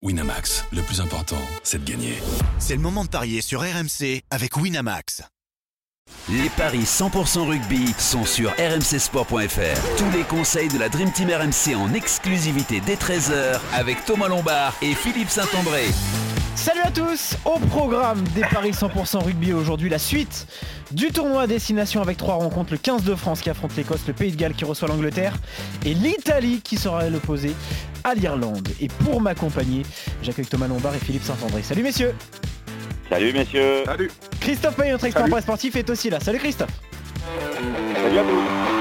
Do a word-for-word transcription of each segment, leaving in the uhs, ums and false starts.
Winamax, le plus important, c'est de gagner. C'est le moment de parier sur R M C avec Winamax. Les paris cent pour cent rugby sont sur r m c sport point f r. Tous les conseils de la Dream Team R M C en exclusivité dès treize heures avec Thomas Lombard et Philippe Saint-André. Salut à tous, au programme des paris cent pour cent rugby aujourd'hui, la suite du tournoi à destination avec trois rencontres, le quinze de France qui affronte l'Écosse, le Pays de Galles qui reçoit l'Angleterre et l'Italie qui sera l'opposé à l'Irlande. Et pour m'accompagner, j'accueille Thomas Lombard et Philippe Saint-André. Salut messieurs. Salut messieurs. Salut. Christophe Payet, notre expert presse sportif, est aussi là. Salut Christophe. Salut à vous.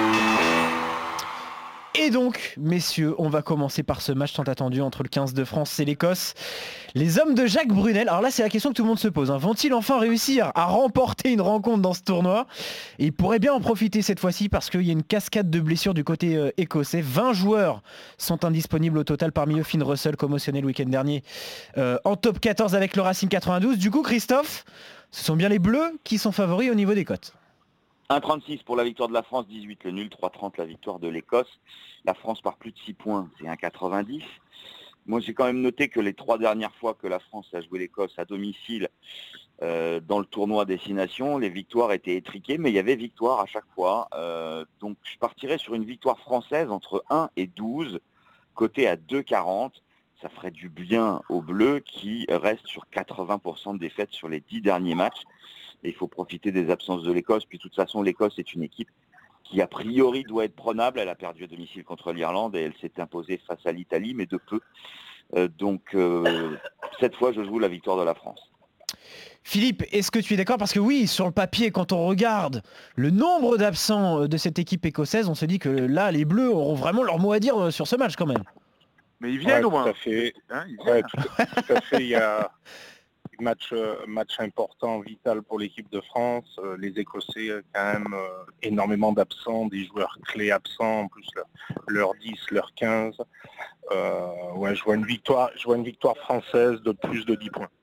Et donc, messieurs, on va commencer par ce match tant attendu entre le quinze de France et l'Écosse. Les hommes de Jacques Brunel, alors là c'est la question que tout le monde se pose, hein. Vont-ils enfin réussir à remporter une rencontre dans ce tournoi? Et ils pourraient bien en profiter cette fois-ci parce qu'il y a une cascade de blessures du côté euh, écossais. vingt joueurs sont indisponibles au total, parmi eux Finn Russell, commotionné le week-end dernier euh, en top quatorze avec le Racing quatre-vingt-douze. Du coup, Christophe, ce sont bien les Bleus qui sont favoris au niveau des cotes. un virgule trente-six pour la victoire de la France, dix-huit le nul, trois virgule trente la victoire de l'Écosse. La France par plus de six points, c'est un virgule quatre-vingt-dix. Moi j'ai quand même noté que les trois dernières fois que la France a joué l'Écosse à domicile euh, dans le tournoi à destination, les victoires étaient étriquées, mais il y avait victoire à chaque fois. Euh, donc je partirais sur une victoire française entre un et douze, coté à deux virgule quarante. Ça ferait du bien aux Bleus qui restent sur quatre-vingts pour cent de défaites sur les dix derniers matchs. Et il faut profiter des absences de l'Écosse. Puis de toute façon, l'Écosse est une équipe qui a priori doit être prenable. Elle a perdu à domicile contre l'Irlande et elle s'est imposée face à l'Italie, mais de peu. Euh, donc euh, cette fois, je joue la victoire de la France. Philippe, est-ce que tu es d'accord? Parce que oui, sur le papier, quand on regarde le nombre d'absents de cette équipe écossaise, on se dit que là, les Bleus auront vraiment leur mot à dire sur ce match quand même. Mais ils viennent ouais, au moins. Tout à fait. Hein, ils Ouais, viennent. tout, tout à fait. Il y a un match, euh, match important, vital pour l'équipe de France. Euh, les Écossais, euh, quand même, euh, énormément d'absents, des joueurs clés absents, en plus leur, leur dix, leur quinze. Euh, ouais, je vois une victoire, je vois une victoire française de plus de dix points.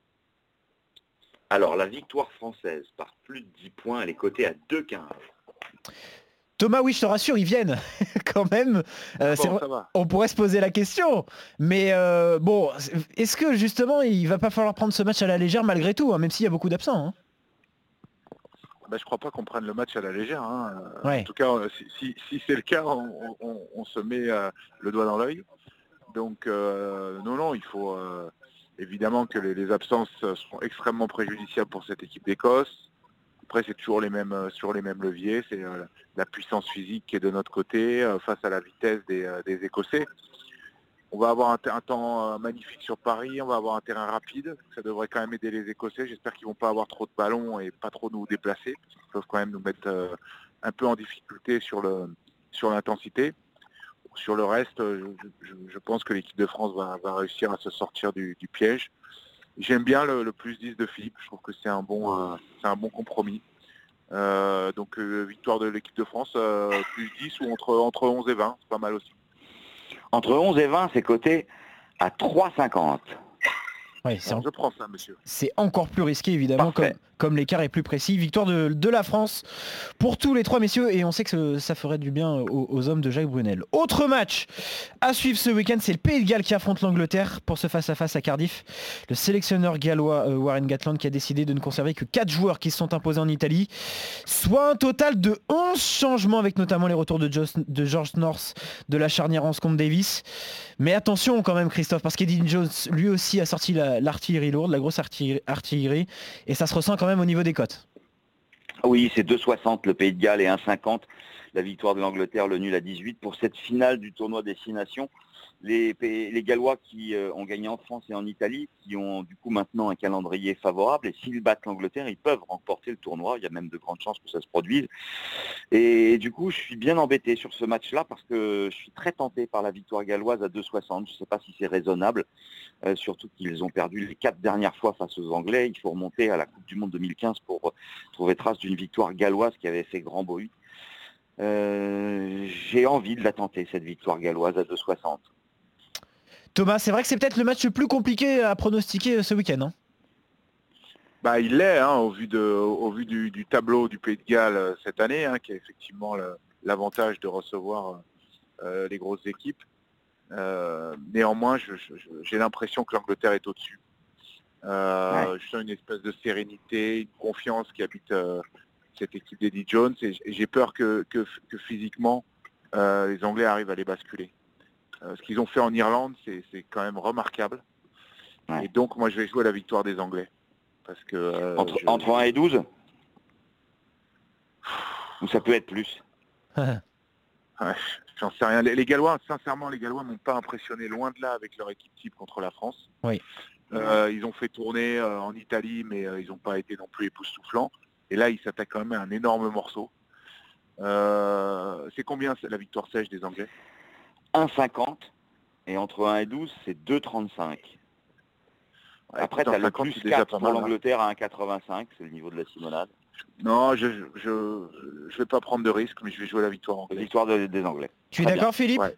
Alors la victoire française par plus de dix points, elle est cotée à deux virgule quinze. Thomas, oui, je te rassure, ils viennent quand même. Euh, Bon, c'est vrai, ça va. on pourrait se poser la question. Mais euh, bon, est-ce que justement, il va pas falloir prendre ce match à la légère malgré tout, hein, même s'il y a beaucoup d'absents, hein? Ben, je crois pas qu'on prenne le match à la légère. Hein. Ouais. En tout cas, si, si, si c'est le cas, on, on, on se met euh, le doigt dans l'œil. Donc euh, non, non, il faut euh, évidemment que les, les absences seront extrêmement préjudiciables pour cette équipe d'Écosse. Après, c'est toujours les mêmes, euh, sur les mêmes leviers. C'est euh, la puissance physique qui est de notre côté euh, face à la vitesse des, euh, des Écossais. On va avoir un, un temps euh, magnifique sur Paris, on va avoir un terrain rapide. Ça devrait quand même aider les Écossais. J'espère qu'ils vont pas avoir trop de ballons et pas trop nous déplacer. Ils peuvent quand même nous mettre euh, un peu en difficulté sur, le, sur l'intensité. Sur le reste, je, je, je pense que l'équipe de France va, va réussir à se sortir du, du piège. J'aime bien le, le plus dix de Philippe, je trouve que c'est un bon, euh, c'est un bon compromis. Euh, donc euh, victoire de l'équipe de France, euh, plus dix ou entre, entre onze et vingt, c'est pas mal aussi. Entre onze et vingt, c'est coté à trois virgule cinquante. Ouais, c'est, Alors, en... je prends ça, monsieur. c'est encore plus risqué évidemment, comme, comme l'écart est plus précis. Victoire de, de la France pour tous les trois messieurs et on sait que ça ferait du bien aux, aux hommes de Jacques Brunel. Autre match à suivre ce week-end, c'est le Pays de Galles qui affronte l'Angleterre pour ce face-à-face à Cardiff. Le sélectionneur gallois euh, Warren Gatland qui a décidé de ne conserver que quatre joueurs qui se sont imposés en Italie, soit un total de onze changements avec notamment les retours de, Josh, de George North de la charnière en Scott Davis. Mais attention quand même Christophe, parce qu'Eddie Jones lui aussi a sorti la, l'artillerie lourde, la grosse artillerie, artillerie et ça se ressent quand même au niveau des cotes. Oui, c'est deux virgule soixante le Pays de Galles et un virgule cinquante la victoire de l'Angleterre, le nul à dix-huit. Pour cette finale du tournoi destination, les, les Gallois qui euh, ont gagné en France et en Italie, qui ont du coup maintenant un calendrier favorable, et s'ils battent l'Angleterre, ils peuvent remporter le tournoi. Il y a même de grandes chances que ça se produise. Et, et du coup, je suis bien embêté sur ce match-là parce que je suis très tenté par la victoire galloise à deux virgule soixante. Je ne sais pas si c'est raisonnable, euh, surtout qu'ils ont perdu les quatre dernières fois face aux Anglais. Il faut remonter à la Coupe du Monde deux mille quinze pour euh, trouver trace d'une victoire galloise qui avait fait grand bruit. Euh, j'ai envie de la tenter, cette victoire galloise à deux virgule soixante. Thomas, c'est vrai que c'est peut-être le match le plus compliqué à pronostiquer ce week-end, hein? Bah, il l'est, hein, au vu, de, au vu du, du tableau du Pays de Galles euh, cette année, hein, qui a effectivement le, l'avantage de recevoir euh, les grosses équipes. Euh, néanmoins, je, je, j'ai l'impression que l'Angleterre est au-dessus. Euh, ouais. Je sens une espèce de sérénité, une confiance qui habite euh, cette équipe d'Eddie Jones et j'ai peur que, que, que physiquement euh, les Anglais arrivent à les basculer. Euh, ce qu'ils ont fait en Irlande, c'est, c'est quand même remarquable. Ouais. Et donc moi je vais jouer la victoire des Anglais. Parce que, euh, entre, je, entre un et douze ou ça peut être plus? Ouais, j'en sais rien. Les, les Gallois, sincèrement, les Gallois m'ont pas impressionné loin de là avec leur équipe type contre la France. Oui. Euh, ils ont fait tourner euh, en Italie, mais euh, ils n'ont pas été non plus époustouflants. Et là, ils s'attaquent quand même à un énorme morceau. Euh, c'est combien la victoire sèche des Anglais? un virgule cinquante et entre un et douze, c'est deux virgule trente-cinq. Ouais, après, tu as le plus quatre pour mal, l'Angleterre hein. À un virgule quatre-vingt-cinq, c'est le niveau de la Simonade. Non, je ne je, je vais pas prendre de risque, mais je vais jouer la victoire anglaise. La victoire de, des Anglais. Tu es d'accord, bien. Philippe? Ouais.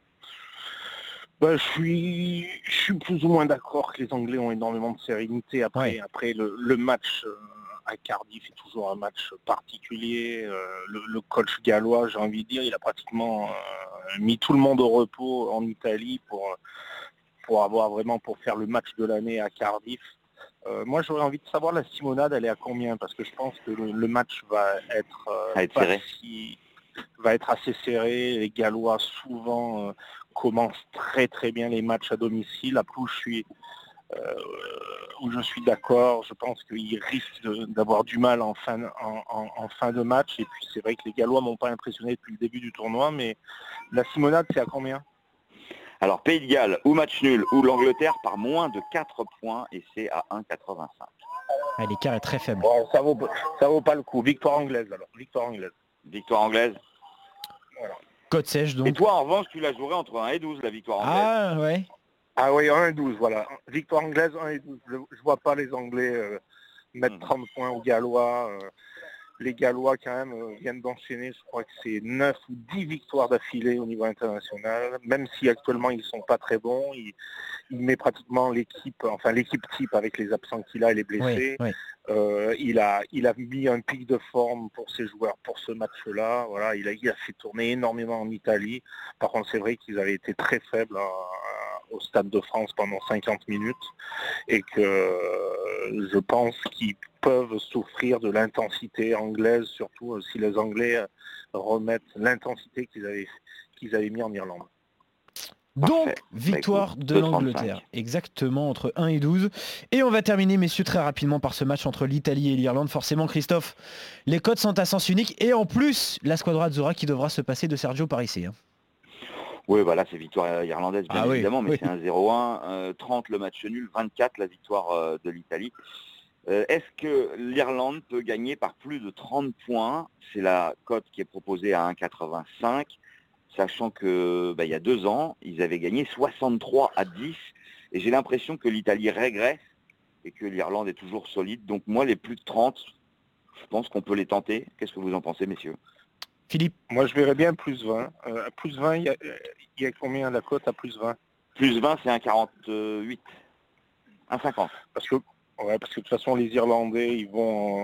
Bah, je suis, je suis plus ou moins d'accord que les Anglais ont énormément de sérénité. Après, ouais. après le, le match euh, à Cardiff est toujours un match particulier. Euh, le, le coach gallois, j'ai envie de dire, il a pratiquement euh, mis tout le monde au repos en Italie pour, pour avoir vraiment pour faire le match de l'année à Cardiff. Euh, moi, j'aurais envie de savoir la Simonade, elle est à combien? Parce que je pense que le, le match va être, euh, être serré. Si, va être assez serré. Les Gallois souvent euh, commencent très très bien les matchs à domicile. Après où je suis, euh, où je suis d'accord, je pense qu'ils risquent de, d'avoir du mal en fin, en, en, en fin de match. Et puis c'est vrai que les Gallois m'ont pas impressionné depuis le début du tournoi, mais la Simonade, c'est à combien? Alors, Pays de Galles, ou match nul, ou l'Angleterre par moins de quatre points, et c'est à un virgule quatre-vingt-cinq. Ah, l'écart est très faible. Bon, ça vaut, ça vaut pas le coup. Victoire anglaise, alors. Victoire anglaise. Victoire anglaise. Voilà. Côte sèche, donc. Et toi, en revanche, tu la jouerais entre un et douze, la victoire anglaise. Ah, ouais. Ah oui, un et douze, voilà. Victoire anglaise, un et douze. Je ne vois pas les Anglais euh, mettre mmh. trente points aux Gallois. Euh, les Gallois, quand même, euh, viennent d'enchaîner, je crois que c'est neuf ou dix victoires d'affilée au niveau international, même si actuellement ils ne sont pas très bons. Il, il met pratiquement l'équipe, enfin l'équipe type avec les absents qu'il a et les blessés. Oui, oui. Euh, il, a, il a mis un pic de forme pour ses joueurs pour ce match-là. Voilà, il, a, il a fait tourner énormément en Italie. Par contre, c'est vrai qu'ils avaient été très faibles à, à, au Stade de France pendant cinquante minutes et que euh, je pense qu'ils peuvent souffrir de l'intensité anglaise, surtout si les Anglais remettent l'intensité qu'ils avaient, qu'ils avaient mis en Irlande. Donc, parfait. Victoire de l'Angleterre, exactement, entre un et douze. Et on va terminer, messieurs, très rapidement par ce match entre l'Italie et l'Irlande. Forcément, Christophe, les codes sont à sens unique. Et en plus, la squadra Azzurra qui devra se passer de Sergio Parisse. Hein. Oui, voilà, c'est victoire irlandaise, bien ah, évidemment, oui, mais oui. C'est un zéro un. Euh, trente le match nul, vingt-quatre la victoire euh, de l'Italie. Euh, est-ce que l'Irlande peut gagner par plus de trente points? C'est la cote qui est proposée à un virgule quatre-vingt-cinq. Sachant que bah, il y a deux ans, ils avaient gagné soixante-trois à dix. Et j'ai l'impression que l'Italie régresse et que l'Irlande est toujours solide. Donc moi, les plus de trente, je pense qu'on peut les tenter. Qu'est-ce que vous en pensez, messieurs? Philippe? Moi, je verrais bien plus vingt. Euh, à plus vingt, il y, a, il y a combien la cote à plus vingt? Plus vingt, c'est un virgule quarante-huit. un virgule cinquante. Parce que, ouais, parce que de toute façon, les Irlandais, ils vont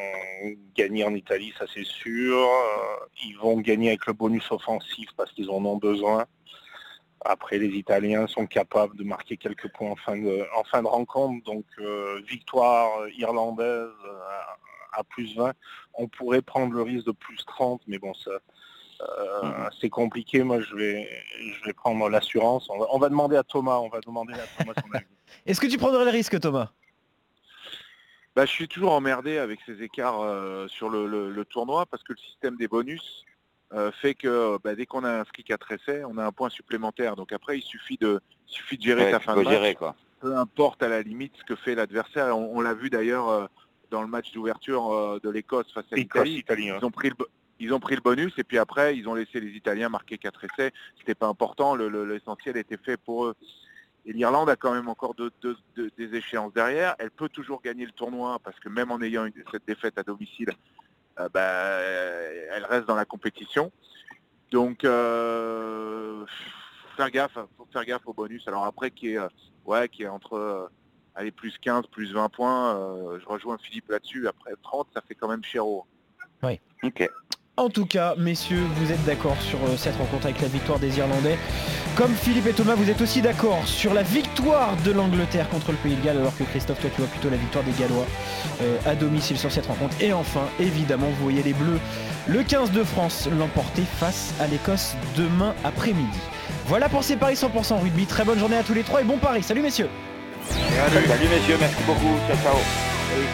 gagner en Italie, ça c'est sûr. Ils vont gagner avec le bonus offensif parce qu'ils en ont besoin. Après, les Italiens sont capables de marquer quelques points en fin de, en fin de rencontre. Donc, euh, victoire irlandaise à, à plus vingt. On pourrait prendre le risque de plus trente, mais bon, ça, euh, mmh. c'est compliqué. Moi, je vais, je vais prendre l'assurance. On va, on va demander à Thomas. On va demander à Thomas son avis. Est-ce que tu prendrais le risque, Thomas? Bah, je suis toujours emmerdé avec ces écarts euh, sur le, le, le tournoi parce que le système des bonus euh, fait que bah, dès qu'on a inscrit quatre essais, on a un point supplémentaire. Donc après, il suffit de, il suffit de gérer ouais, ta fin de match. Gérer, quoi. Peu importe à la limite ce que fait l'adversaire. On, on l'a vu d'ailleurs euh, dans le match d'ouverture euh, de l'Écosse face à l'Italie. Ils ont pris le, ils ont pris le bonus et puis après, ils ont laissé les Italiens marquer quatre essais. C'était pas important. Le, le, l'essentiel était fait pour eux. Et l'Irlande a quand même encore de, de, de, des échéances derrière. Elle peut toujours gagner le tournoi parce que même en ayant une, cette défaite à domicile, euh, bah, elle reste dans la compétition. Donc, euh, faut faire gaffe, faut faire gaffe au bonus. Alors après, qui est, euh, ouais, qui est entre euh, allez, plus quinze, plus vingt points, euh, je rejoins Philippe là-dessus. Après trente, ça fait quand même chéro. Oui. Ok. En tout cas, messieurs, vous êtes d'accord sur euh, cette rencontre avec la victoire des Irlandais. Comme Philippe et Thomas, vous êtes aussi d'accord sur la victoire de l'Angleterre contre le Pays de Galles, alors que Christophe, toi tu vois plutôt la victoire des Gallois euh, à domicile sur cette rencontre. Et enfin, évidemment, vous voyez les Bleus, le quinze de France, l'emporter face à l'Écosse demain après-midi. Voilà pour ces paris cent pour cent rugby. Très bonne journée à tous les trois et bon pari. Salut messieurs. Salut, Salut messieurs, merci beaucoup. Ciao, ciao. Salut.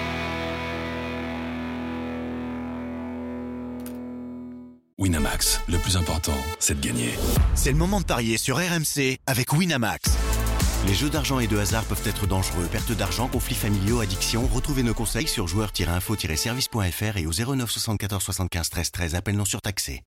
Winamax, le plus important, c'est de gagner. C'est le moment de parier sur R M C avec Winamax. Les jeux d'argent et de hasard peuvent être dangereux. Perte d'argent, conflits familiaux, addiction. Retrouvez nos conseils sur joueurs tiret info tiret service point f r et au zéro neuf soixante-quatorze soixante-quinze treize treize. Appel non surtaxé.